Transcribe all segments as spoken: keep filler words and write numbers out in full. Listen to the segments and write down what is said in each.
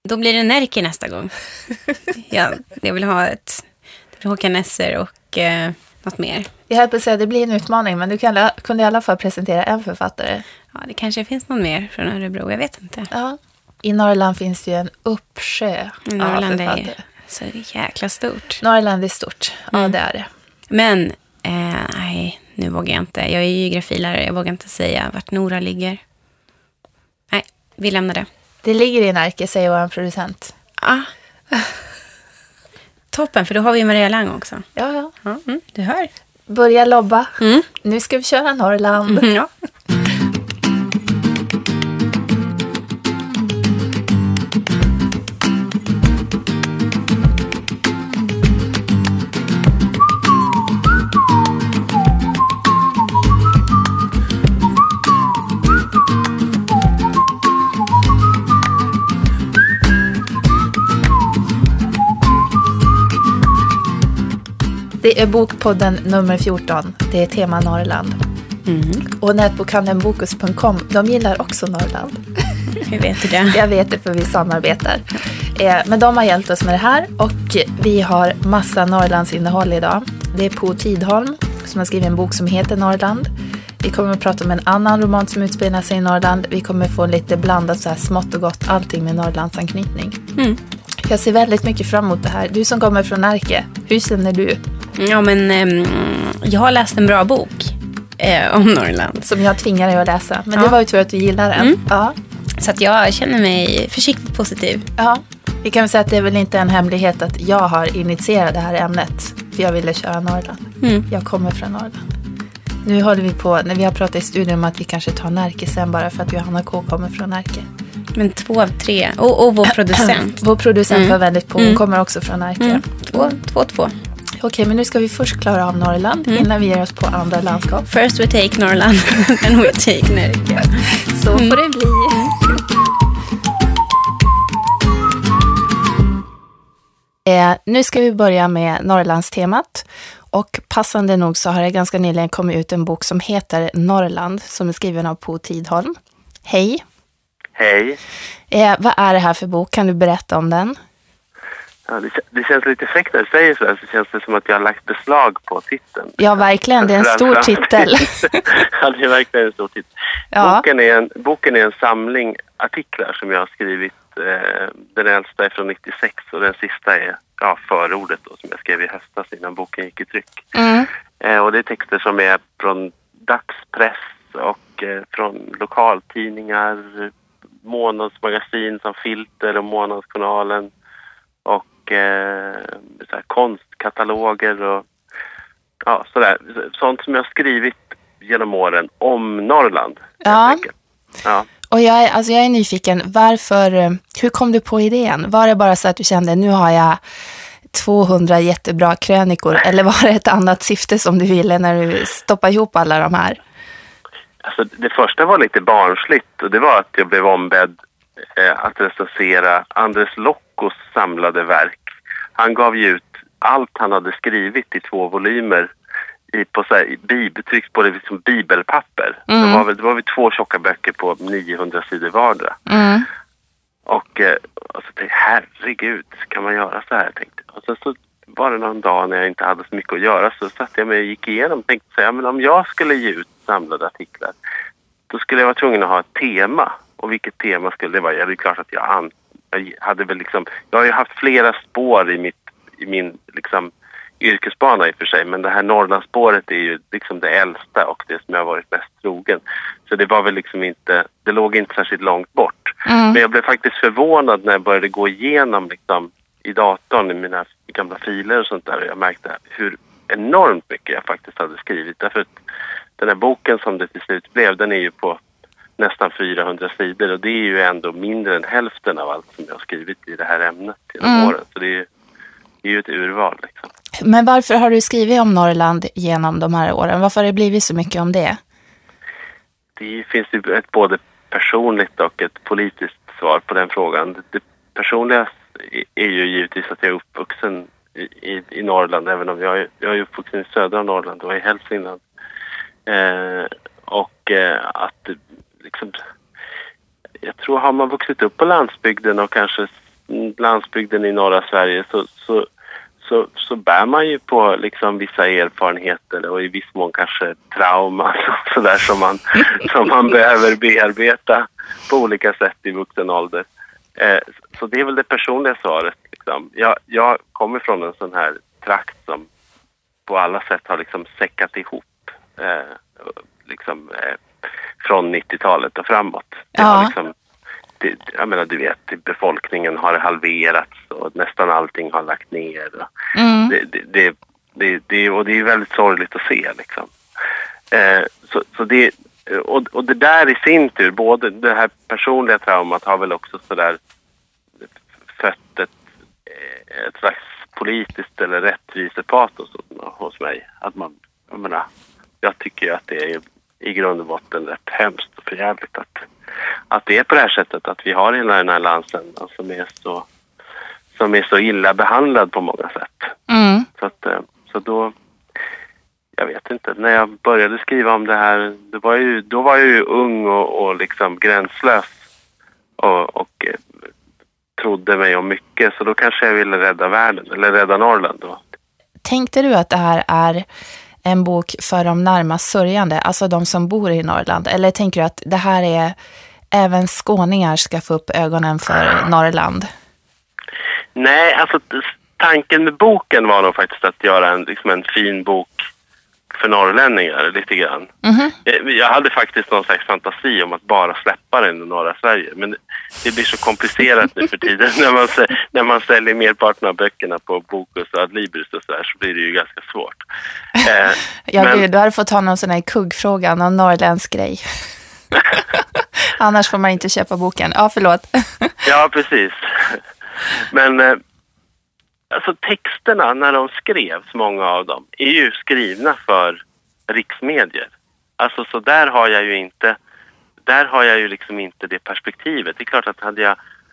Då blir det Närke nästa gång. Ja, jag vill ha ett Håkan Nesser och eh, något mer. Jag höll på att säga att det blir en utmaning, men du kan, kunde i alla fall presentera en författare. Ja, det kanske finns någon mer från Örebro, jag vet inte. Ja. I Norrland finns det ju en uppsjö Norrland är så jäkla stort. Norrland är stort, ja mm. det är det. Men, eh, nej, nu vågar jag inte. Jag är ju geografilärare, jag vågar inte säga vart Nora ligger. Nej, vi lämnar det. Det ligger i Närke, säger vår producent. Ah. Toppen, för då har vi Maria Lang också. Ja, ja. ja mm, du hör. Börja lobba. Mm. Nu ska vi köra Norrland. Mm, ja. Det är bokpodden nummer fjorton. Det är tema Norrland. Mm. Och nätbokhandeln bokus punkt com, de gillar också Norrland. Hur vet du det? Jag vet det för vi samarbetar. Eh, men de har hjälpt oss med det här och vi har massa Norrlands innehåll idag. Det är Po Tidholm som har skrivit en bok som heter Norrland. Vi kommer att prata om en annan roman som utspelar sig i Norrland. Vi kommer få lite blandat så här smått och gott, allting med Norrlands anknytning. Mm. Jag ser väldigt mycket fram emot det här. Du som kommer från Närke, hur känner du? Ja, men eh, jag har läst en bra bok eh, om Norrland. Som jag tvingar dig att läsa. Men ja. det var ju tur att du gillar den. Mm. Ja. Så att jag känner mig försiktigt positiv. Ja, vi kan väl säga att det är väl inte en hemlighet att jag har initierat det här ämnet. För jag ville köra Norrland. Mm. Jag kommer från Norrland. Nu håller vi på, när vi har pratat i studion om att vi kanske tar Närke sen bara för att Johanna K kommer från Närke. Men två av tre. Och, och vår producent. Vår producent mm. var väldigt på. Hon mm. kommer också från Närke. Mm. Två, två, två. Okej, men nu ska vi först klara av Norrland mm. innan vi ger oss på andra landskap. First we take Norrland, then we take Närke. Så mm. får det bli. Eh, nu ska vi börja med Norrlandstemat. Och passande nog så har det ganska nyligen kommit ut en bok som heter Norrland, som är skriven av Po Tidholm. Hej. Hej. Eh, vad är det här för bok? Kan du berätta om den? Ja, det, det känns lite fräckt när du säger så här, så känns det som att jag har lagt beslag på titeln. Ja, verkligen. Det är en stor titel. Ja, det är verkligen en stor titel. Ja. Boken, är en, boken är en samling artiklar som jag har skrivit. Eh, den äldsta är från nittiosex och den sista är ja, förordet då, som jag skrev i höstas innan boken gick i tryck. Mm. Eh, och det är texter som är från dagspress och eh, från lokaltidningar, månadsmagasin som Filter och Månadsjournalen och eh, så här, konstkataloger och ja, sådär. Sånt som jag har skrivit genom åren om Norrland. Ja. Ja. Och jag är, alltså jag är nyfiken, varför, hur kom du på idén? Var det bara så att du kände, nu har jag tvåhundra jättebra krönikor, eller var det ett annat syfte som du ville när du stoppade ihop alla de här? Alltså det första var lite barnsligt och det var att jag blev ombedd eh, att recensera Andres Lockos samlade verk. Han gav ju ut allt han hade skrivit i två volymer i, på så här, bib, tryckt på det som bibelpapper. Mm. Det var väl det var väl två tjocka böcker på niohundra sidor vardera. Mm. Och, eh, och så tänkte jag, herregud, kan man göra så här? Tänkte. Och så, så var det någon dag när jag inte hade så mycket att göra så satt jag mig och gick igenom och tänkte så här, men om jag skulle ge ut samlade artiklar då skulle jag vara tvungen att ha ett tema. Och vilket tema skulle det vara? Ja, det är klart att jag, an, jag hade väl liksom, jag har ju haft flera spår i, mitt, i min liksom yrkesbana i och för sig, men det här Norrlandsspåret är ju liksom det äldsta och det som jag har varit mest trogen. Så det var väl liksom inte, det låg inte särskilt långt bort. Mm. Men jag blev faktiskt förvånad när jag började gå igenom liksom i datorn i mina gamla filer och sånt där, och jag märkte hur enormt mycket jag faktiskt hade skrivit. Därför att den här boken som det till slut blev, den är ju på nästan fyrahundra sidor och det är ju ändå mindre än hälften av allt som jag har skrivit i det här ämnet genom mm. åren. Så det är ju, det är ju ett urval liksom. Men varför har du skrivit om Norrland genom de här åren? Varför har det blivit så mycket om det? Det finns ju ett både personligt och ett politiskt svar på den frågan. Det personliga är ju givetvis att jag är uppvuxen i, i, i Norrland, även om jag är, jag är uppvuxen i södra Norrland och i Hälsingland. Eh, och eh, att liksom, jag tror har man vuxit upp på landsbygden och kanske landsbygden i norra Sverige så, så, så, så bär man ju på liksom vissa erfarenheter och i viss mån kanske trauma så där som man, som man behöver bearbeta på olika sätt i vuxen ålder. Eh, så det är väl det personliga svaret. Liksom. Jag, jag kommer från en sån här trakt som på alla sätt har liksom säckat ihop eh, liksom, eh, från nittiotalet och framåt. Det ja. har liksom, det, jag menar, du vet, befolkningen har halverats och nästan allting har lagt ner. Och, mm. det, det, det, det, det, och det är väldigt sorgligt att se. Liksom. Eh, så, så det, och, och det där i sin tur, både det här personliga traumat har väl också sådär fött ett, ett slags politiskt eller rättvisepatos hos mig. Att man, jag menar, jag tycker att det är i grund och botten rätt hemskt och förjävligt att, att det är på det här sättet att vi har hela den här landsändan som är så, som är så illa behandlad på många sätt. Mm. Så, att, så då, jag vet inte, när jag började skriva om det här, det var ju, då var jag ju ung och, och liksom gränslös och, och eh, trodde mig om mycket, så då kanske jag ville rädda världen, eller rädda Norrland då. Tänkte du att det här är en bok för de närmast sörjande, alltså de som bor i Norrland? Eller tänker du att det här är även skåningar ska få upp ögonen för Norrland? Nej, alltså tanken med boken var nog faktiskt att göra en, liksom en fin bok för norrlänningar lite grann. Mm-hmm. Jag hade faktiskt någon slags fantasi om att bara släppa den i norra Sverige, men det blir så komplicerat nu för tiden när man, när man säljer merparten av böckerna på Bokus och Adlibris och så där, så blir det ju ganska svårt. Eh, ja, men... du, du har fått ta någon sån här kuggfråga, någon norrländsk grej. Annars får man inte köpa boken. Ja, förlåt. Ja, precis. Men eh, alltså texterna när de skrevs, många av dem, är ju skrivna för riksmedier. Alltså så där har jag ju inte, där har jag ju liksom inte det perspektivet. Det är klart att hade jag,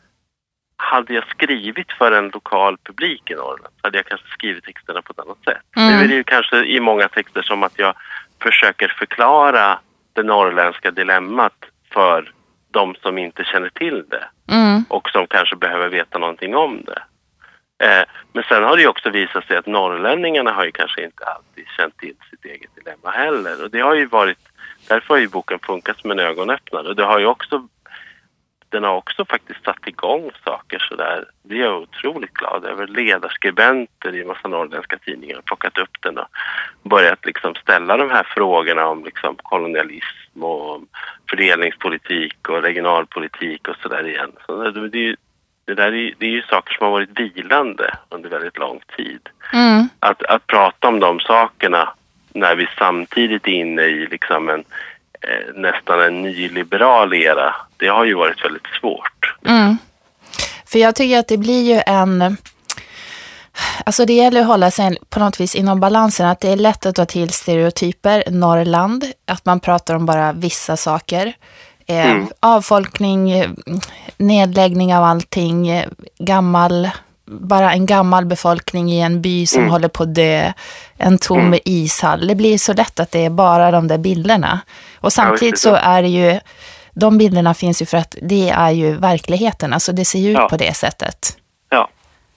hade jag skrivit för en lokal publik i Norrland så hade jag kanske skrivit texterna på ett annat sätt. Mm. Nu är det ju kanske i många texter som att jag försöker förklara det norrländska dilemmat för de som inte känner till det. Mm. Och som kanske behöver veta någonting om det. Eh, men sen har det ju också visat sig att norrlänningarna har ju kanske inte alltid känt till sitt eget dilemma heller. Och det har ju varit, därför har ju boken funkat som en ögonöppnare. Och det har ju också, den har också faktiskt satt igång saker sådär. Vi är otroligt glada över ledarskribenter i en massa norrländska tidningar och plockat upp den och börjat liksom ställa de här frågorna om liksom kolonialism och fördelningspolitik och regionalpolitik och sådär igen. Så det, det är ju Det, där är, det är ju saker som har varit vilande under väldigt lång tid. Mm. Att, att prata om de sakerna när vi samtidigt är inne i liksom en, eh, nästan en nyliberal era, det har ju varit väldigt svårt. Mm. För jag tycker att det blir ju en... Alltså det gäller att hålla sig på något vis inom balansen, att det är lätt att ta till stereotyper, Norrland, att man pratar om bara vissa saker. Eh, mm. Avfolkning, nedläggning av allting, gammal, bara en gammal befolkning i en by som mm. håller på att dö, en tom mm. ishall. Det blir så lätt att det är bara de där bilderna. Och samtidigt så är det ju, de bilderna finns ju för att det är ju verkligheten, alltså det ser ju ut ja. på det sättet. Ja.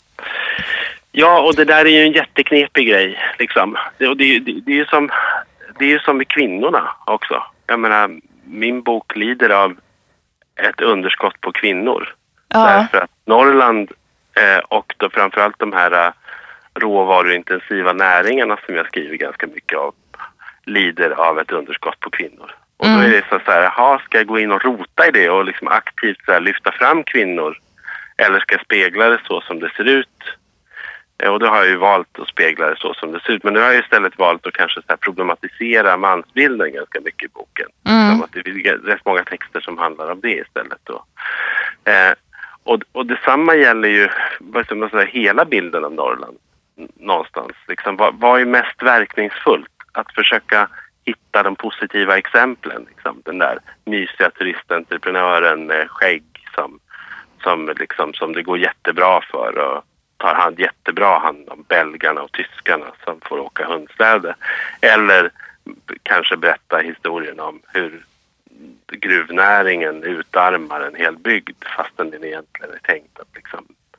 Ja, och det där är ju en jätteknepig grej liksom. Det, och det, det, det är ju som, det är ju som med kvinnorna också. Jag menar, min bok lider av ett underskott på kvinnor. Ja. Därför att Norrland eh, och då framförallt de här eh, råvaruintensiva näringarna som jag skriver ganska mycket av lider av ett underskott på kvinnor. Och mm. då är det så, så här, aha, ska jag gå in och rota i det och liksom aktivt så här, lyfta fram kvinnor? Eller ska jag spegla det så som det ser ut? Och då har jag ju valt att spegla det så som det ser ut. Men nu har jag istället valt att kanske så här problematisera mansbilden ganska mycket i boken. Mm. Att det är rätt många texter som handlar om det istället. Då. Eh, och, och detsamma gäller ju vad som säga, hela bilden av Norrland någonstans. Liksom, vad, vad är mest verkningsfullt? Att försöka hitta de positiva exemplen. Liksom, den där mysiga turistentreprenören med skägg som, som, liksom, som det går jättebra för och tar hand jättebra hand om belgarna och tyskarna som får åka hundsläde. Eller kanske berätta historien om hur gruvnäringen utarmar en hel bygd fastän den egentligen är tänkt att liksom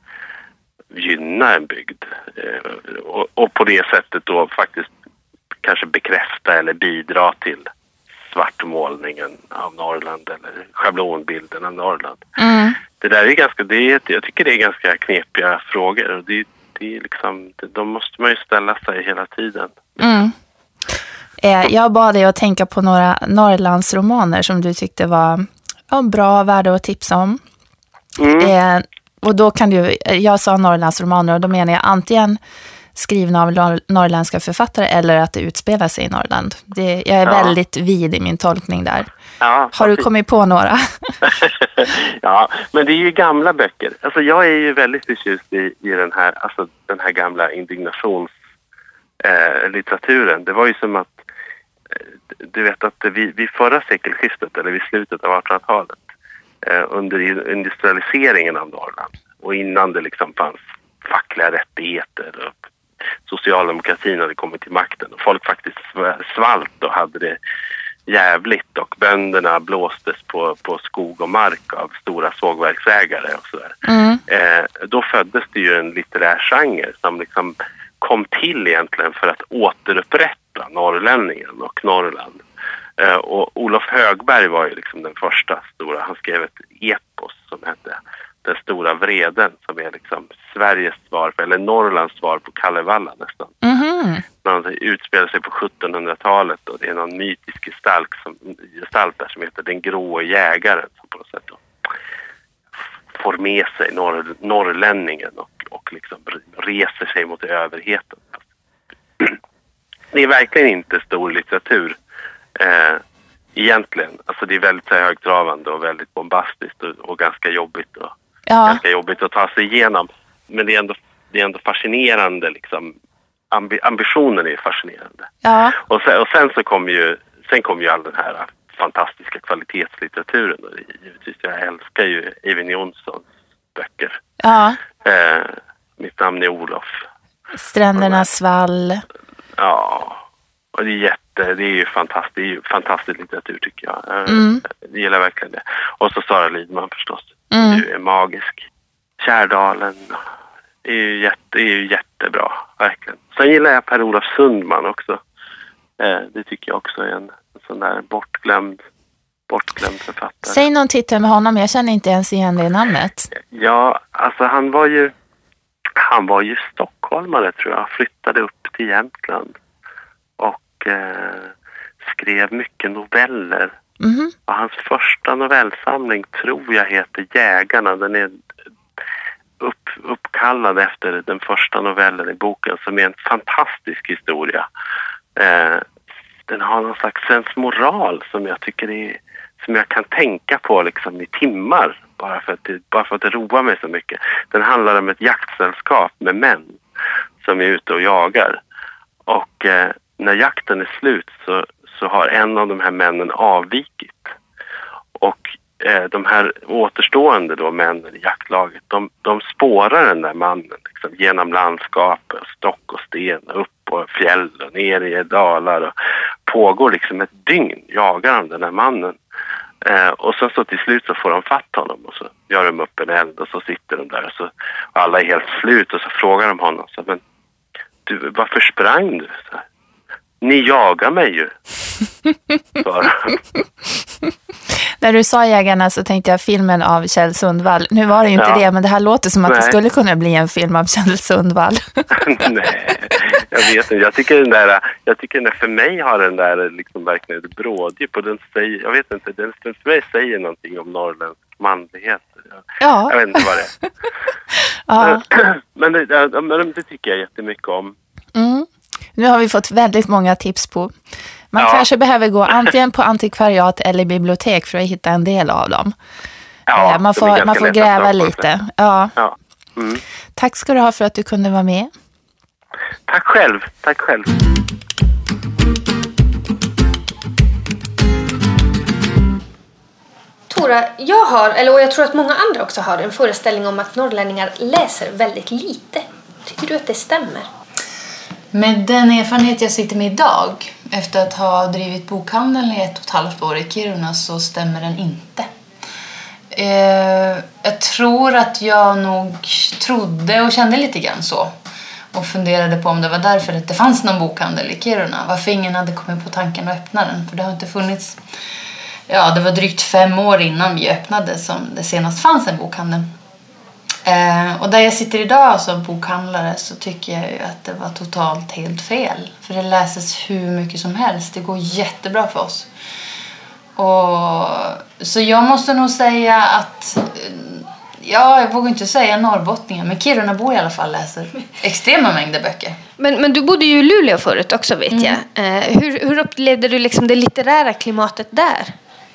gynna en bygd. Eh, och, och på det sättet då faktiskt kanske bekräfta eller bidra till svartmålningen av Norrland eller schablonbilden av Norrland. Mm. Det där är ganska, det är, jag tycker det är ganska knepiga frågor och det, det är liksom, de måste man ju ställa sig hela tiden. Mm. Eh, jag bad dig att tänka på några Norrlandsromaner som du tyckte var ja, bra, värda att tipsa om. Mm. Eh, och då kan du, jag sa Norrlandsromaner och då menar jag antingen skrivna av nor- norrländska författare eller att det utspelar sig i Norrland. Det, jag är ja. väldigt vid i min tolkning där. Ja, har du kommit på några? Ja, men det är ju gamla böcker. Alltså jag är ju väldigt förtjust i, i den här, alltså den här gamla indignationslitteraturen. Eh, det var ju som att eh, du vet att vid, vid förra sekelskiftet eller vid slutet av artonhundratalet eh, under industrialiseringen av Norrland och innan det liksom fanns fackliga rättigheter och socialdemokratin hade kommit till makten och folk faktiskt svalt och hade det jävligt och bönderna blåstes på, på skog och mark av stora sågverksägare och sådär. Mm. Eh, då föddes det ju en litterär genre som liksom kom till egentligen för att återupprätta norrlänningen och Norrland. Eh, och Olof Högberg var ju liksom den första stora, han skrev ett epos som hette Den stora vreden som är liksom Sveriges svar, eller Norrlands svar på Kalevala nästan. Mm-hmm. Han utspelar sig på sjuttonhundratalet och det är någon mytisk gestalt, som, gestalt där som heter den grå jägaren som på något sätt då får med sig norr, norrlänningen och, och liksom reser sig mot överheten. Det är verkligen inte stor litteratur eh, egentligen. Alltså det är väldigt så här, högtravande och väldigt bombastiskt och, och ganska jobbigt och ja. ganska jobbigt att ta sig igenom. Men det är ändå, det är ändå fascinerande liksom. Ambi- ambitionen är fascinerande. Ja. Och, sen, och sen så kommer ju sen kommer ju all den här fantastiska kvalitetslitteraturen. Och givetvis, jag älskar ju Eyvind Jonssons böcker. Ja. Eh, mitt namn är Olof. Strändernas svall. Ja. Och det är jätte, det är ju fantastiskt, det är ju fantastisk litteratur tycker jag. Mm. Jag gillar verkligen det. Och så Sara Lidman förstås. Mm. Det är magisk. Kärdalen. Det är ju, jätte, det är ju jättebra, verkligen. Sen gillar jag Per-Olof Sundman också. Eh, det tycker jag också är en, en sån där bortglömd, bortglömd författare. Säg någon titel med honom, jag känner inte ens igen det namnet. Ja, alltså han var ju han var ju stockholmare tror jag. Flyttade upp till Jämtland. Och eh, skrev mycket noveller. Mm-hmm. Och hans första novellsamling tror jag heter Jägarna. Den är upp, uppkallad efter den första novellen i boken som är en fantastisk historia. Eh, den har någon slags sensmoral som jag tycker är, som jag kan tänka på liksom i timmar bara för att det, bara för att det roar mig så mycket. Den handlar om ett jaktsällskap med män som är ute och jagar. Och eh, när jakten är slut så, så har en av de här männen avvikit. Och eh, de här återstående då männen i jaktlaget, de, de spårar den där mannen liksom, genom landskapet, stock och sten, upp på fjäll och ner i dalar och pågår liksom ett dygn, jagar de den där mannen. Eh, och sen så till slut så får de fatt honom och så gör de upp en eld och så sitter de där och så och alla är helt slut och så frågar de honom så, men du, varför sprang du? Så här, ni jagar mig ju. När du sa Jägarna så tänkte jag filmen av Kjell Sundvall. Nu var det ju inte ja. det, men det här låter som att Nej. det skulle kunna bli en film av Kjell Sundvall. Nej, jag vet inte. Jag tycker den där, jag tycker den där för mig har den där liksom verkligen ett bråddjup och den säger, jag vet inte, den för mig säger någonting om norrländsk manlighet. Ja. Jag vet inte vad det är. Ja. Men det, men det tycker jag jättemycket om. Mm. Nu har vi fått väldigt många tips på. Man ja. kanske behöver gå antingen på antikvariat eller bibliotek för att hitta en del av dem. Ja, man får, man får gräva lite. Ja. Ja. Mm. Tack ska du ha för att du kunde vara med. Tack själv. Tack själv. Tora, jag har, eller och jag tror att många andra också har en föreställning om att norrlänningar läser väldigt lite. Tycker du att det stämmer? Med den erfarenhet jag sitter med idag, efter att ha drivit bokhandeln i ett och ett halvt år i Kiruna, så stämmer den inte. Eh, jag tror att jag nog trodde och kände lite grann så. Och funderade på om det var därför att det fanns någon bokhandel i Kiruna. Varför ingen hade kommit på tanken att öppna den. För det har inte funnits... Ja, det var drygt fem år innan vi öppnade som det senast fanns en bokhandel. Eh, och där jag sitter idag som bokhandlare så tycker jag ju att det var totalt helt fel. För det läses hur mycket som helst. Det går jättebra för oss. Och, så jag måste nog säga att... Ja, jag vågar inte säga norrbottningar, men Kirunabor i alla fall läser extrema mängder böcker. Men, men du bodde ju i Luleå förut också, vet mm. jag. Eh, hur, hur upplevde du liksom det litterära klimatet där?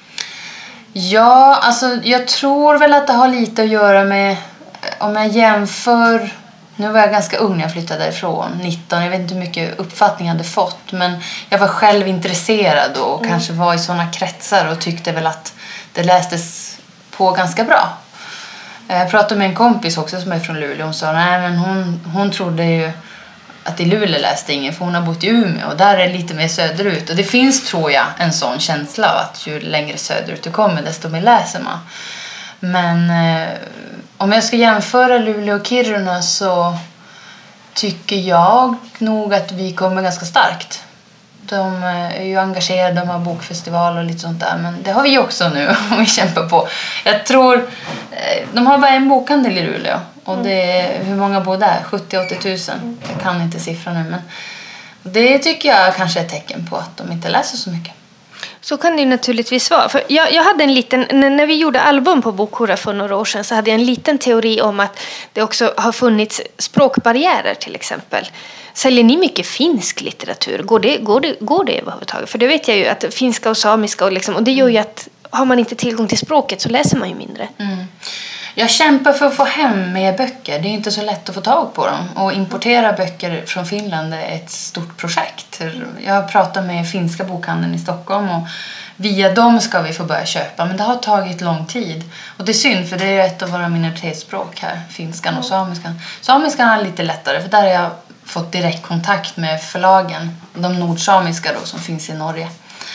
Ja, alltså jag tror väl att det har lite att göra med, om jag jämför, nu var jag ganska ung när jag flyttade därifrån, nitton, jag vet inte hur mycket uppfattning jag hade fått, men jag var själv intresserad och mm. kanske var i sådana kretsar och tyckte väl att det lästes på ganska bra. Jag pratade med en kompis också som är från Luleå och sa nej men hon, hon trodde ju att i Luleå läste ingen för hon har bott i Umeå och där är det lite mer söderut. Och det finns, tror jag, en sån känsla av att ju längre söderut du kommer desto mer läser man. Men eh, om jag ska jämföra Luleå och Kiruna så tycker jag nog att vi kommer ganska starkt. De är ju engagerade, de har bokfestival och lite sånt där. Men det har vi också nu och vi kämpar på. Jag tror, de har bara en bokhandel i Luleå. Och det är, hur många bor där? sjuttio till åttio tusen. Jag kan inte siffran nu. Men det tycker jag kanske är ett tecken på att de inte läser så mycket. Så kan det ju naturligtvis vara. För jag, jag hade en liten, när vi gjorde album på Bokhora för några år sedan så hade jag en liten teori om att det också har funnits språkbarriärer till exempel. Säljer ni mycket finsk litteratur? Går det, går det, går det överhuvudtaget? För det vet jag ju att finska och samiska och, liksom, och det gör ju att har man inte tillgång till språket så läser man ju mindre. Mm. Jag kämpar för att få hem mer böcker. Det är inte så lätt att få tag på dem. Och importera böcker från Finland är ett stort projekt. Jag har pratat med finska bokhandeln i Stockholm och via dem ska vi få börja köpa. Men det har tagit lång tid. Och det är synd för det är ett av våra minoritetsspråk här. Finskan och samiskan. Samiskan är lite lättare för där har jag fått direkt kontakt med förlagen. De nordsamiska då som finns i Norge.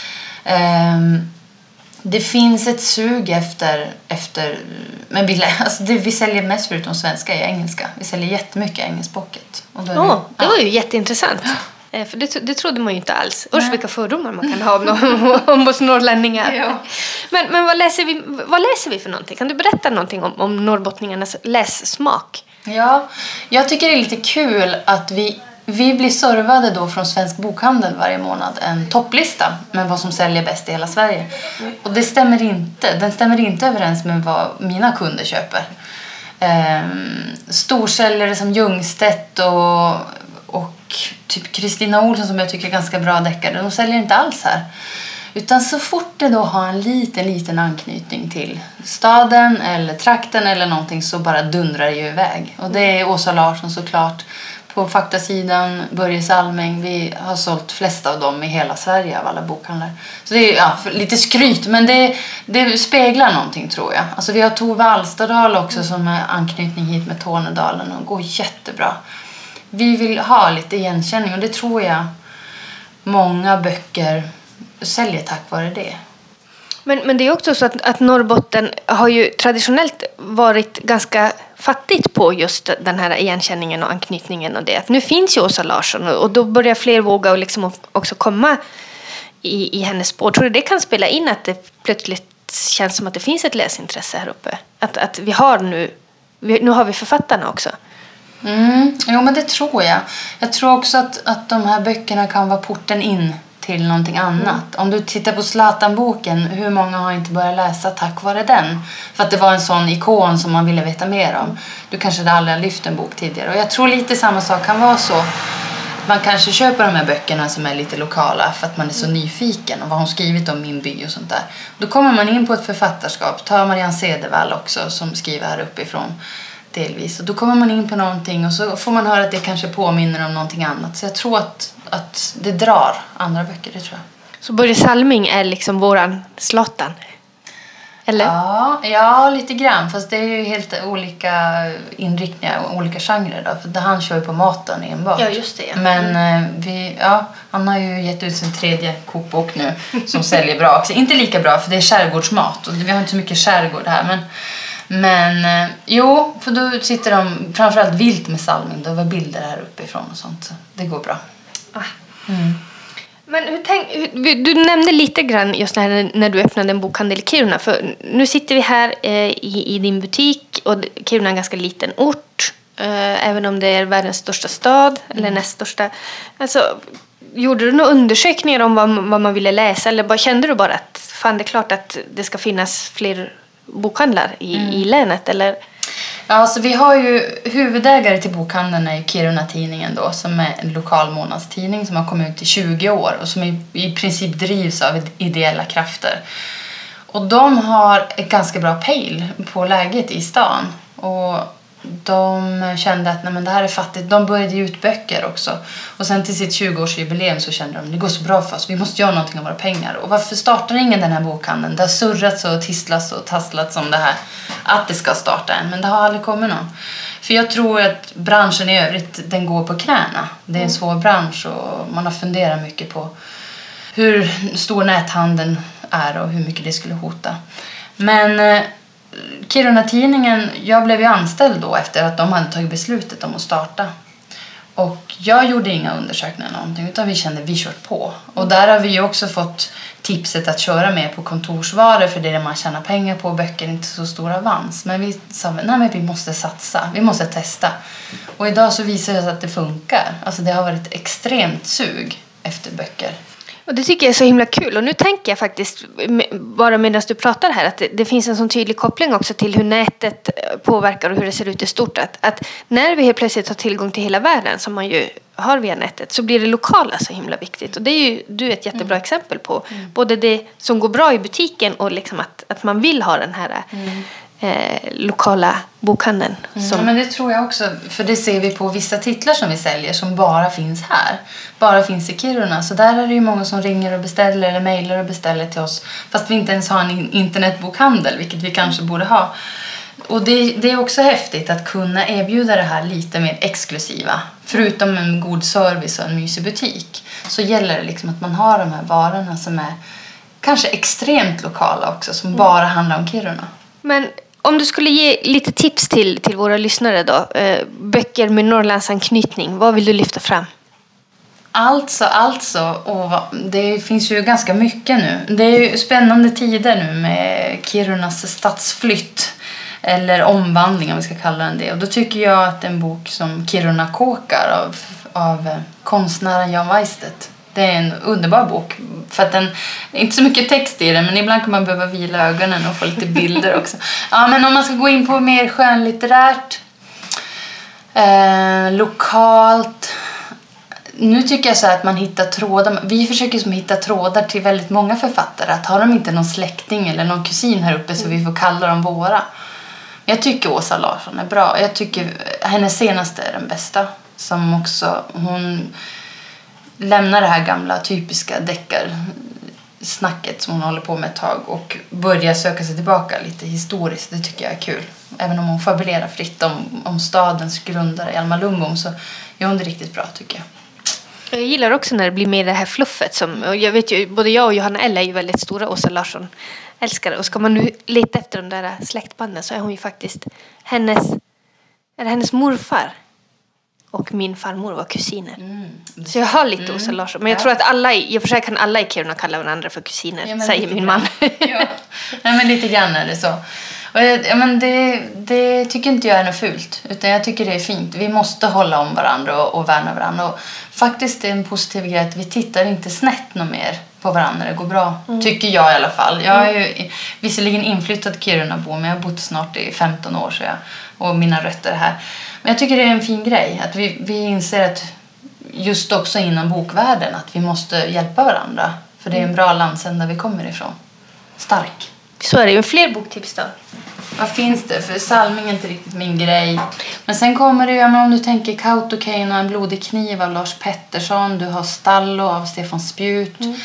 Um, Det finns ett sug efter, efter men vi, alltså det vi säljer mest förutom svenska är engelska. Vi säljer jättemycket engelskspråket. Åh, det, oh, det var ju jätteintressant. Ja. För det, det trodde man ju inte alls. Usch, vilka fördomar man kan ha om, om oss norrlänningar. Ja. Men, men vad, läser vi, vad läser vi för någonting? Kan du berätta någonting om, om norrbottningarnas lässmak? Ja, jag tycker det är lite kul att vi... Vi blir servade då från Svensk Bokhandel varje månad en topplista med vad som säljer bäst i hela Sverige. Och det stämmer inte. Den stämmer inte överens med vad mina kunder köper. Ehm, storsäljare som Ljungstedt och, och typ Kristina Olsson som jag tycker är ganska bra deckare. De säljer inte alls här. Utan så fort det då har en liten, liten anknytning till staden eller trakten eller någonting så bara dundrar det ju iväg. Och det är Åsa Larsson såklart. På faktasidan, Börje Salming, vi har sålt flesta av dem i hela Sverige av alla bokhandlar. Så det är ja, lite skryt, men det, det speglar någonting tror jag. Alltså vi har Tove Alsterdal också som är anknytning hit med Tornedalen och går jättebra. Vi vill ha lite igenkänning och det tror jag många böcker säljer tack vare det. Men, men det är också så att, att Norrbotten har ju traditionellt varit ganska fattigt på just den här igenkänningen och anknytningen och det. Att nu finns ju Åsa Larsson och, och då börjar fler våga och liksom också komma i, i hennes spår. Tror du det kan spela in att det plötsligt känns som att det finns ett läsintresse här uppe? Att, att vi har nu, vi, nu har vi författarna också. Mm, jo men det tror jag. Jag tror också att, att de här böckerna kan vara porten in till någonting annat. Mm. Om du tittar på Zlatan-boken, hur många har inte börjat läsa tack vare den? För att det var en sån ikon som man ville veta mer om. Du kanske hade aldrig lyft en bok tidigare. Och jag tror lite samma sak kan vara så. Man kanske köper de här böckerna som är lite lokala för att man är så nyfiken och vad hon skrivit om min by och sånt där. Då kommer man in på ett författarskap. Ta Marianne Cedervall också som skriver här uppifrån delvis. Och då kommer man in på någonting och så får man höra att det kanske påminner om någonting annat. Så jag tror att, att det drar andra böcker, det tror jag. Så Börje Salming är liksom våran Zlatan? Eller? Ja, ja, lite grann. Fast det är ju helt olika inriktningar och olika genrer. Då. För det, han kör ju på maten enbart. Ja, just det. Men eh, vi, ja, han har ju gett ut sin tredje kokbok nu som säljer bra också. Inte lika bra för det är skärgårdsmat och vi har inte så mycket skärgård här. Men, men eh, jo, för då sitter de framförallt vilt med salming. Då var bilder här uppifrån och sånt. Så det går bra. Ah. Mm. Men hur tänk, hur, du nämnde lite grann just när, när du öppnade en bokhandel i Kiruna. För nu sitter vi här eh, i, i din butik och Kiruna är en ganska liten ort. Eh, även om det är världens största stad mm. eller näst största. Alltså, gjorde du några undersökningar om vad, vad man ville läsa? Eller bara, kände du bara att fan, det är klart att det ska finnas fler bokhandlar i, mm. i länet? Eller? Ja, alltså vi har ju huvudägare till bokhandeln är Kiruna-tidningen då, som är en lokal månadstidning som har kommit ut i tjugo år och som i, i princip drivs av ideella krafter. Och de har ett ganska bra pejl på läget i stan och de kände att nej, men det här är fattigt. De började ge ut böcker också. Och sen till sitt tjugo-årsjubileum så kände de det går så bra för oss. Vi måste göra någonting av våra pengar. Och varför startar ingen den här bokhandeln? Det har surrats och tisslats och tasslats om det här. Att det ska starta en. Men det har aldrig kommit någon. För jag tror att branschen i övrigt den går på knäna. Det är en svår bransch och man har funderat mycket på hur stor näthandeln är och hur mycket det skulle hota. Men Kiruna-tidningen, jag blev ju anställd då efter att de hade tagit beslutet om att starta. Och jag gjorde inga undersökningar eller någonting utan vi kände vi kört på. Och där har vi ju också fått tipset att köra med på kontorsvaror för det är det man tjänar pengar på. Böcker är inte så stor avans. Men vi sa, nej men vi måste satsa, vi måste testa. Och idag så visar det sig att det funkar. Alltså det har varit extremt sug efter böcker. Och det tycker jag är så himla kul. Och nu tänker jag faktiskt, bara medan du pratar här, att det, det finns en sån tydlig koppling också till hur nätet påverkar och hur det ser ut i stort. Att, att när vi helt plötsligt har tillgång till hela världen, som man ju har via nätet, så blir det lokala så himla viktigt. Och det är ju du ett jättebra mm. exempel på. Mm. Både det som går bra i butiken och liksom att, att man vill ha den här mm. eh, lokala bokhandeln. Mm. Ja, men det tror jag också. För det ser vi på vissa titlar som vi säljer som bara finns här. Bara finns i Kiruna. Så där är det ju många som ringer och beställer eller mejlar och beställer till oss. Fast vi inte ens har en internetbokhandel, vilket vi kanske borde ha. Och det, det är också häftigt att kunna erbjuda det här lite mer exklusiva. Förutom en god service och en mysig butik. Så gäller det liksom att man har de här varorna som är kanske extremt lokala också. Som mm. bara handlar om Kiruna. Men om du skulle ge lite tips till, till våra lyssnare då. Eh, böcker med Norrlandsanknytning. Vad vill du lyfta fram? Alltså, alltså. Och det finns ju ganska mycket nu. Det är ju spännande tider nu med Kirunas stadsflytt. Eller omvandling om vi ska kalla den det. Och då tycker jag att en bok som Kiruna kåkar av, av konstnären Jan Weistedt. Det är en underbar bok. För att den är inte så mycket text i den. Men ibland kan man behöva vila ögonen och få lite bilder också. Ja, men om man ska gå in på mer skönlitterärt. Eh, lokalt. Nu tycker jag så här att man hittar trådar. Vi försöker som hitta trådar till väldigt många författare. Att har de inte någon släkting eller någon kusin här uppe så vi får kalla dem våra. Jag tycker Åsa Larsson är bra. Jag tycker hennes senaste är den bästa. Som också, hon lämnar det här gamla typiska deckarsnacket som hon håller på med ett tag. Och börjar söka sig tillbaka lite historiskt. Det tycker jag är kul. Även om hon fabulerar fritt om, om stadens grundare Hjalmar Lundbom så gör hon det riktigt bra tycker jag. Jag gillar också när det blir med det här fluffet. Som, och jag vet ju, både jag och Johanna Ella är ju väldigt stora Åsa Larsson älskare. Och ska man nu leta efter de där släktbanden så är hon ju faktiskt hennes, är det hennes morfar och min farmor var kusiner. Mm. Så jag har lite mm. Åsa Larsson. Men jag ja. tror att alla, i och för sig kan alla i Kiruna kalla varandra för kusiner, ja, säger min man. Ja. Nej, men lite grann är det så. Och jag, ja, men det, det tycker inte jag är något fult. Utan jag tycker det är fint. Vi måste hålla om varandra och, och värna varandra. Och faktiskt är det en positiv grej att vi tittar inte snett något mer på varandra. Det går bra. Mm. Tycker jag i alla fall. Jag är ju visserligen inflyttad till Kirunabo, men jag har bott snart i femton år så jag, och mina rötter här. Men jag tycker det är en fin grej. Att vi, vi inser att just också inom bokvärlden att vi måste hjälpa varandra. För det är en bra landsända vi kommer ifrån. Stark. Så är det ju. Fler boktips då? Vad finns det? För salming är inte riktigt min grej. Men sen kommer det ju, om du tänker Kautokeino och en blodig kniv av Lars Pettersson. Du har Stallo av Stefan Spjut. Mm.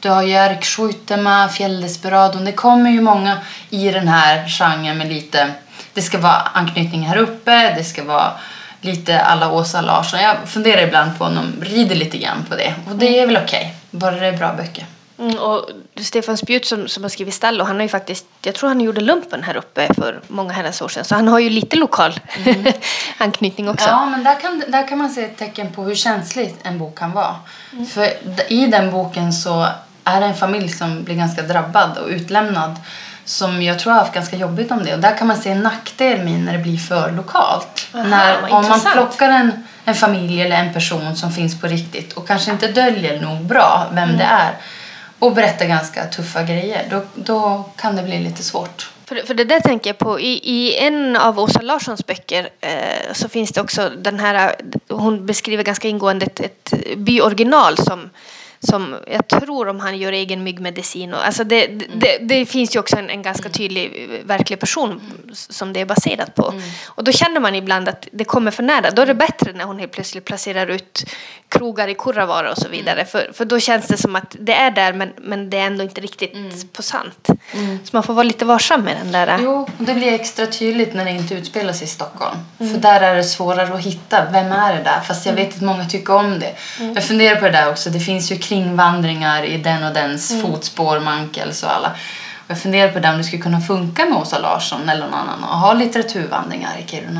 Du har ju Erik Schuitema, Fjälldesperadon. Det kommer ju många i den här genren med lite... Det ska vara anknytning här uppe. Det ska vara lite alla Åsa Larsson. Jag funderar ibland på om de rider lite grann på det. Och det är väl okej. Okay. Bara det är bra böcker. Mm, och Stefan Spjut som, som har skrivit Stall, och han har ju faktiskt, jag tror han gjorde lumpen här uppe för många herrans år sedan, så han har ju lite lokal mm. anknytning också. Ja, men där kan, där kan man se ett tecken på hur känslig en bok kan vara. Mm. För i den boken så är det en familj som blir ganska drabbad och utlämnad, som jag tror har haft ganska jobbigt om det. Och där kan man se en nackdel med när det blir för lokalt. Aha, när, om man plockar en, en familj eller en person som finns på riktigt och kanske inte döljer nog bra vem mm. det är och berättar ganska tuffa grejer, då, då kan det bli lite svårt. För, för det där tänker jag på, i, i en av Åsa Larssons böcker eh, så finns det också den här, hon beskriver ganska ingående ett, ett byoriginal som som jag tror om han gör egen myggmedicin. Och, alltså det, mm. det, det finns ju också en, en ganska tydlig verklig person mm. som det är baserat på. Mm. Och då känner man ibland att det kommer för nära. Då är det bättre när hon helt plötsligt placerar ut krogar i Kurravara och så vidare. Mm. För, för då känns det som att det är där, men, men det är ändå inte riktigt mm. på sant. Mm. Så man får vara lite varsam med den där. Jo, och det blir extra tydligt när det inte utspelas i Stockholm. Mm. För där är det svårare att hitta. Vem är det där? Fast jag vet att många tycker om det. Mm. Jag funderar på det där också. Det finns ju kringvandringar i den och dens mm. fotspår, Mankels och alla. Och jag funderar på det om det skulle kunna funka med Åsa Larsson eller någon annan och ha litteraturvandringar i Kiruna.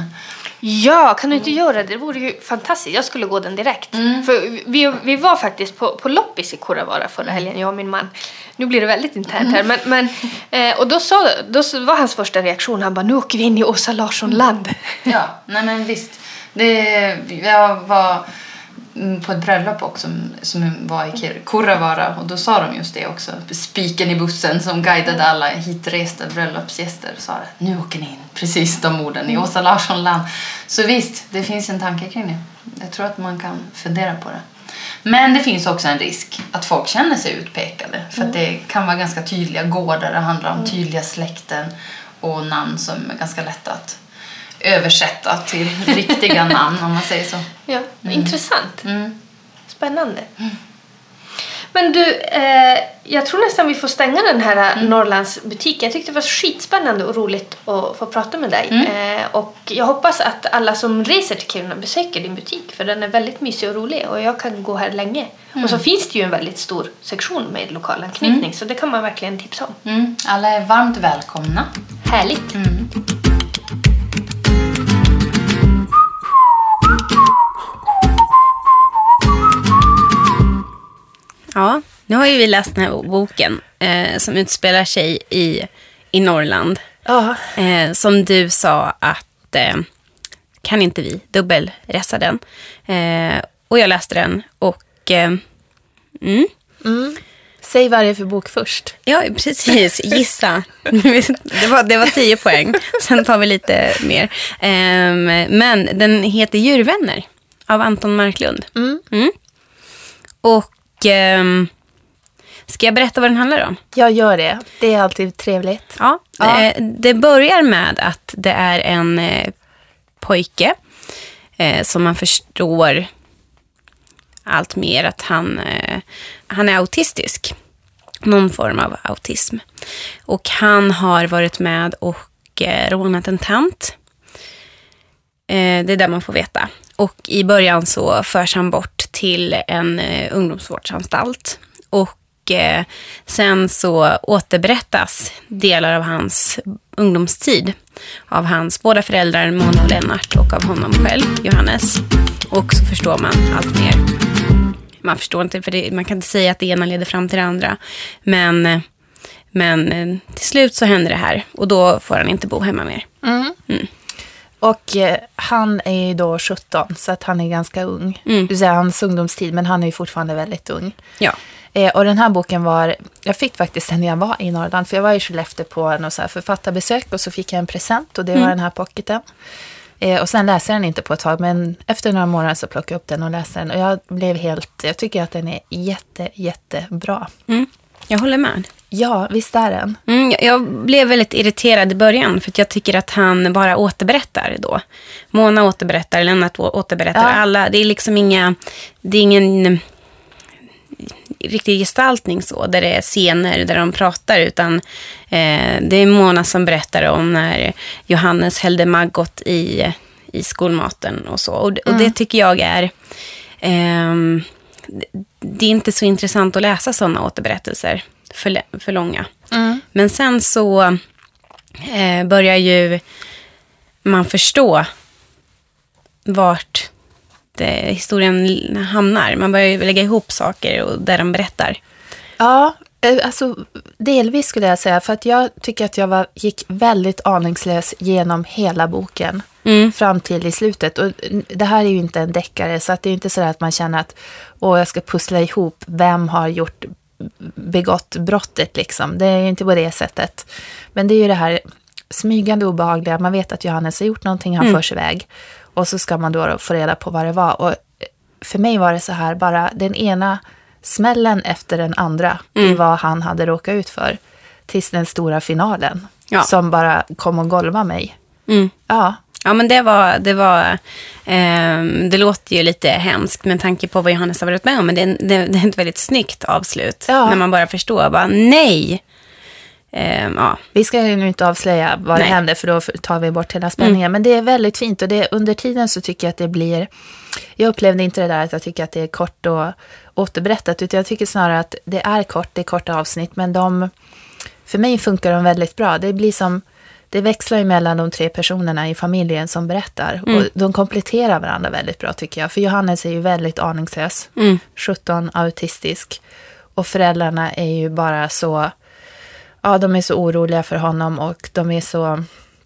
Ja, kan du inte mm. göra det? Det vore ju fantastiskt. Jag skulle gå den direkt. Mm. För vi, vi var faktiskt på, på loppis i Kurravara förra helgen, jag och min man. Nu blir det väldigt internt här. Men, men, eh, och då, sa, då var hans första reaktion, han bara, nu åker vi in i Åsa Larsson-land. Ja, nej men visst. Det, jag var på ett bröllop också som var i Kurravara, och då sa de just det också. Spiken i bussen som guidade alla hitresta bröllopsgäster sa att nu åker ni in, precis de orden, i Åsa Larsson-land. Så visst, det finns en tanke kring det. Jag tror att man kan fundera på det. Men det finns också en risk att folk känner sig utpekade. För att det kan vara ganska tydliga gårdar. Det handlar om tydliga släkten och namn som är ganska lätta att översätta till riktiga namn, om man säger så. Ja, mm. Intressant. Mm. Spännande. Mm. Men du, eh, jag tror nästan vi får stänga den här mm. Norrlands butik. Jag tyckte det var skitspännande och roligt att få prata med dig. Mm. Eh, och jag hoppas att alla som reser till Kiruna besöker din butik, för den är väldigt mysig och rolig och jag kan gå här länge. Mm. Och så finns det ju en väldigt stor sektion med lokal anknytning, mm. så det kan man verkligen tipsa om. Mm. Alla är varmt välkomna. Härligt. Mm. Ja, nu har ju vi läst den här boken eh, som utspelar sig i, i Norrland. Ja. Eh, som du sa att eh, kan inte vi dubbelresa den. Eh, och jag läste den och eh, mm. Mm. Säg varje för bok först. Ja, precis. Gissa. det, var, det var tio poäng. Sen tar vi lite mer. Eh, men den heter Djurvänner av Anton Marklund. Mm. Mm. Och ska jag berätta vad den handlar om? Jag gör det. Det är alltid trevligt. Ja, ja. Det, det börjar med att det är en eh, pojke eh, som man förstår allt mer att han, eh, han är autistisk. Någon form av autism. Och han har varit med och eh, rånat en tant. Eh, det är där man får veta. Och i början så förs han bort till en eh, ungdomsvårdsanstalt. Och eh, sen så återberättas delar av hans ungdomstid. Av hans båda föräldrar, Mona och Lennart, och av honom själv, Johannes. Och så förstår man allt mer. Man förstår inte, för det, man kan inte säga att det ena leder fram till det andra. Men, eh, men eh, till slut så händer det här. Och då får han inte bo hemma mer. Mm. Mm. Och eh, han är ju då sjutton, så att han är ganska ung. Mm. Du säger hans ungdomstid, men han är ju fortfarande väldigt ung. Ja. Eh, och den här boken var, jag fick faktiskt den när jag var i Norrland, för jag var i Skellefteå på en så här författarbesök, och så fick jag en present, och det mm. var den här pocketen. Eh, och sen läser jag den inte på ett tag, men efter några månader så plockade jag upp den och läste den. Och jag blev helt, jag tycker att den är jätte, jättebra. Mm. Jag håller med. Ja, visst är den. Mm, jag, jag blev väldigt irriterad i början, för att jag tycker att han bara återberättar då. Mona återberättar, Lennart återberättar, ja. Alla. Det är liksom inga, det är ingen, riktig gestaltning så, där det är scener där de pratar, utan eh, det är Mona som berättar om när Johannes hällde maggot i, i skolmaten och så. Och, och Mm. det tycker jag är eh, det är inte så intressant att läsa sådana återberättelser för, för långa. Mm. Men sen så eh, börjar ju man förstå vart det, historien hamnar. Man börjar ju lägga ihop saker och där de berättar. Ja, eh, alltså delvis skulle jag säga. För att jag tycker att jag var, gick väldigt aningslös genom hela boken. Mm. Fram till i slutet. Och det här är ju inte en deckare, så att det är inte så att man känner att åh, jag ska pussla ihop vem har gjort begått brottet liksom. Det är ju inte på det sättet. Men det är ju det här smygande obehagliga. Man vet att Johannes har gjort någonting, han Mm. förs iväg. Och så ska man då få reda på vad det var. Och för mig var det så här, bara den ena smällen efter den andra Mm. i vad han hade råkat ut för. Tills den stora finalen. Ja. Som bara kom och golva mig. Mm. Ja. Ja, men det var, det var eh, det låter ju lite hemskt med tanke på vad Johannes har varit med om, men det är, det, det är ett väldigt snyggt avslut. Ja. När man bara förstår, bara nej. Eh, ja. Vi ska ju nu inte avslöja vad Nej. det händer, för då tar vi bort hela spänningen. Mm. Men det är väldigt fint, och det, under tiden så tycker jag att det blir... Jag upplevde inte det där att jag tycker att det är kort och återberättat, utan jag tycker snarare att det är kort, det är korta avsnitt, men de... För mig funkar de väldigt bra. Det blir som... Det växlar ju mellan de tre personerna i familjen som berättar. Mm. Och de kompletterar varandra väldigt bra, tycker jag. För Johannes är ju väldigt aningslös. Mm. sjutton, autistisk. Och föräldrarna är ju bara så... Ja, de är så oroliga för honom, och de är så...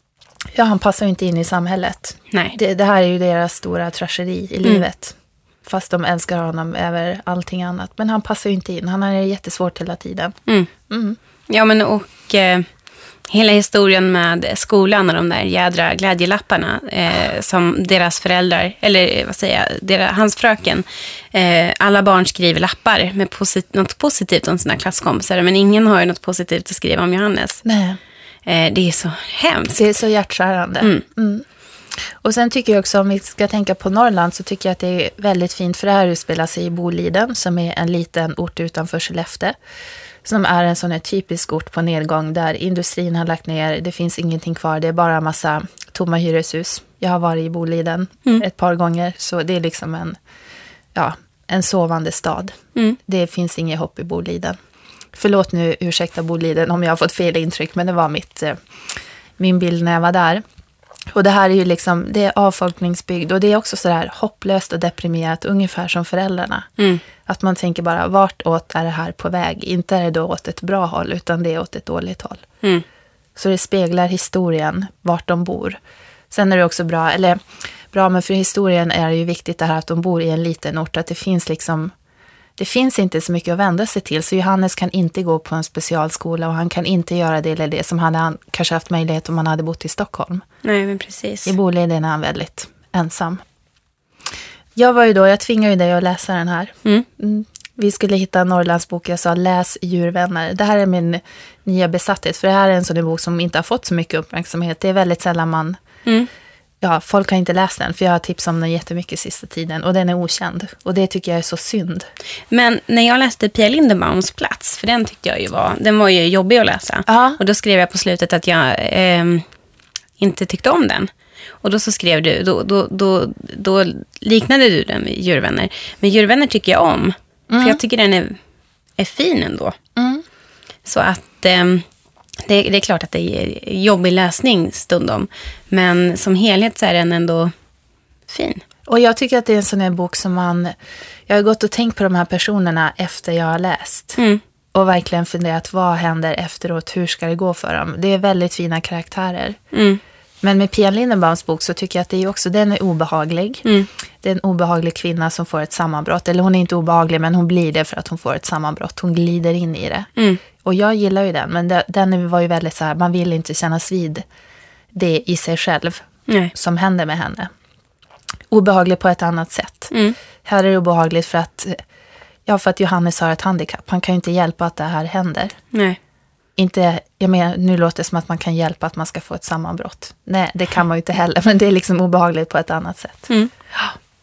Ja, han passar ju inte in i samhället. Nej. Det, det här är ju deras stora tragedi i Mm. livet. Fast de älskar honom över allting annat. Men han passar ju inte in. Han har det jättesvårt hela tiden. Mm. Mm. Ja, men och eh, hela historien med skolan och de där jädra glädjelapparna eh, som deras föräldrar, eller vad säger jag, deras, hans fröken, eh, alla barn skriver lappar med posit- något positivt om sina klasskompisar, men ingen har ju något positivt att skriva om Johannes. Nej. Eh, det är så hemskt. Det är så hjärtskärande. Mm. Mm. Och sen tycker jag också, om vi ska tänka på Norrland, så tycker jag att det är väldigt fint, för det här utspelar sig i Boliden, som är en liten ort utanför Skellefteå, som är en sån här typisk ort på nedgång, där industrin har lagt ner, det finns ingenting kvar, det är bara en massa tomma hyreshus. Jag har varit i Boliden Mm. ett par gånger, så det är liksom en, ja, en sovande stad. Mm. Det finns inget hopp i Boliden. Förlåt nu, ursäkta Boliden om jag har fått fel intryck, men det var mitt, eh, min bild när jag var där. Och det här är ju liksom, det är avfolkningsbygd, och det är också så där hopplöst och deprimerat, ungefär som föräldrarna. Mm. Att man tänker bara, vart åt är det här på väg? Inte är det då åt ett bra håll, utan det är åt ett dåligt håll. Mm. Så det speglar historien, vart de bor. Sen är det också bra, eller bra, men för historien är det ju viktigt det här att de bor i en liten ort, att det finns liksom, det finns inte så mycket att vända sig till. Så Johannes kan inte gå på en specialskola, och han kan inte göra det eller det som hade han kanske haft möjlighet om han hade bott i Stockholm. Nej, men precis. I Boliden är han väldigt ensam. Jag var ju då, jag tvingade ju dig att läsa den här. Mm. Mm. Vi skulle hitta en Norrlandsbok, jag sa läs Djurvänner. Det här är min nya besatthet, för det här är en sån bok som inte har fått så mycket uppmärksamhet. Det är väldigt sällan man, Mm. ja, folk har inte läst den, för jag har tips om den jättemycket sista tiden, och den är okänd. Och det tycker jag är så synd. Men när jag läste Pia Linderbaums Plats, för den tyckte jag ju var, den var ju jobbig att läsa. Ja. Och då skrev jag på slutet att jag eh, inte tyckte om den. Och då så skrev du, då, då, då, då liknade du den vid Djurvänner. Men Djurvänner tycker jag om. Mm. För jag tycker den är, är fin ändå. Mm. Så att eh, det, det är klart att det är jobbig läsning stundom. Men som helhet så är den ändå fin. Och jag tycker att det är en sån här bok som man... Jag har gått och tänkt på de här personerna efter jag har läst. Mm. Och verkligen funderat, vad händer efteråt? Hur ska det gå för dem? Det är väldigt fina karaktärer. Mm. Men med Pia Linderbaums bok så tycker jag att det är också, den är obehaglig. Mm. Det är en obehaglig kvinna som får ett sammanbrott. Eller hon är inte obehaglig, men hon blir det för att hon får ett sammanbrott. Hon glider in i det. Mm. Och jag gillar ju den, men det, den var ju väldigt så här, man vill inte kännas vid det i sig själv. Nej. Som händer med henne. Obehaglig på ett annat sätt. Mm. Här är det obehagligt för att, ja, för att Johannes har ett handikapp. Han kan ju inte hjälpa att det här händer. Nej. Inte, jag menar, nu låter det som att man kan hjälpa att man ska få ett sammanbrott. Nej, det kan man ju inte heller, men det är liksom obehagligt på ett annat sätt. Mm.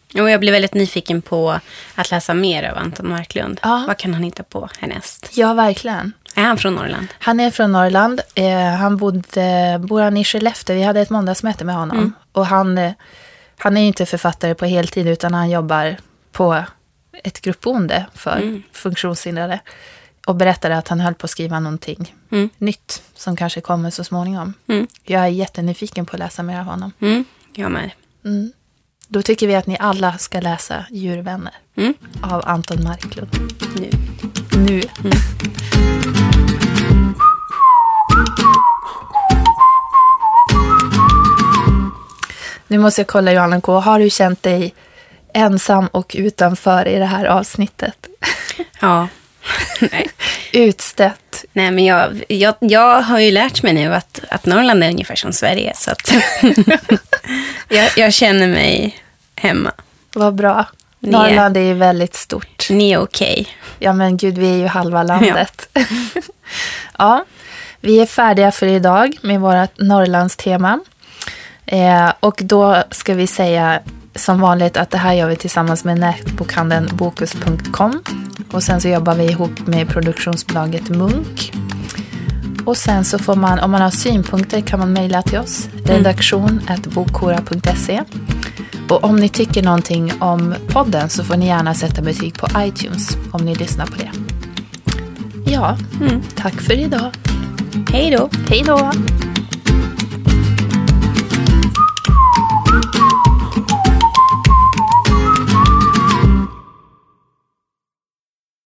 Och jag blir väldigt nyfiken på att läsa mer av Anton Marklund. Ja. Vad kan han hitta på härnäst? Ja, verkligen. Är han från Norrland? Han är från Norrland. Eh, han bodde, bor han i Skellefteå. Vi hade ett måndagsmöte med honom. Mm. Och han, eh, han är ju inte författare på heltid utan han jobbar på ett gruppboende för mm. funktionshindrade. Och berättade att han höll på att skriva någonting mm. nytt som kanske kommer så småningom. Mm. Jag är jättenyfiken på att läsa mer av honom. Mm. Jag med. Mm. Då tycker vi att ni alla ska läsa Djurvänner mm. av Anton Marklund. Nu. Nu. Mm. Nu måste jag kolla, Johanna K. Har du känt dig ensam och utanför i det här avsnittet? Ja. Nej. Utstött. Nej, men jag, jag, jag har ju lärt mig nu att, att Norrland är ungefär som Sverige. Så att jag, jag känner mig hemma. Vad bra. Ni Norrland är ju väldigt stort. Ni är okej. Okay. Ja, men gud, vi är ju halva landet. Ja. Ja, vi är färdiga för idag med vårt Norrlands tema. Eh, och då ska vi säga som vanligt att det här gör vi tillsammans med nätbokhandeln bokus punkt com. Och sen så jobbar vi ihop med produktionsbolaget Munk. Och sen så får man, om man har synpunkter kan man mejla till oss. Mm. redaktion at bokhora punkt se. Och om ni tycker någonting om podden så får ni gärna sätta betyg på iTunes om ni lyssnar på det. Ja, mm. tack för idag. Hej då. Hej då.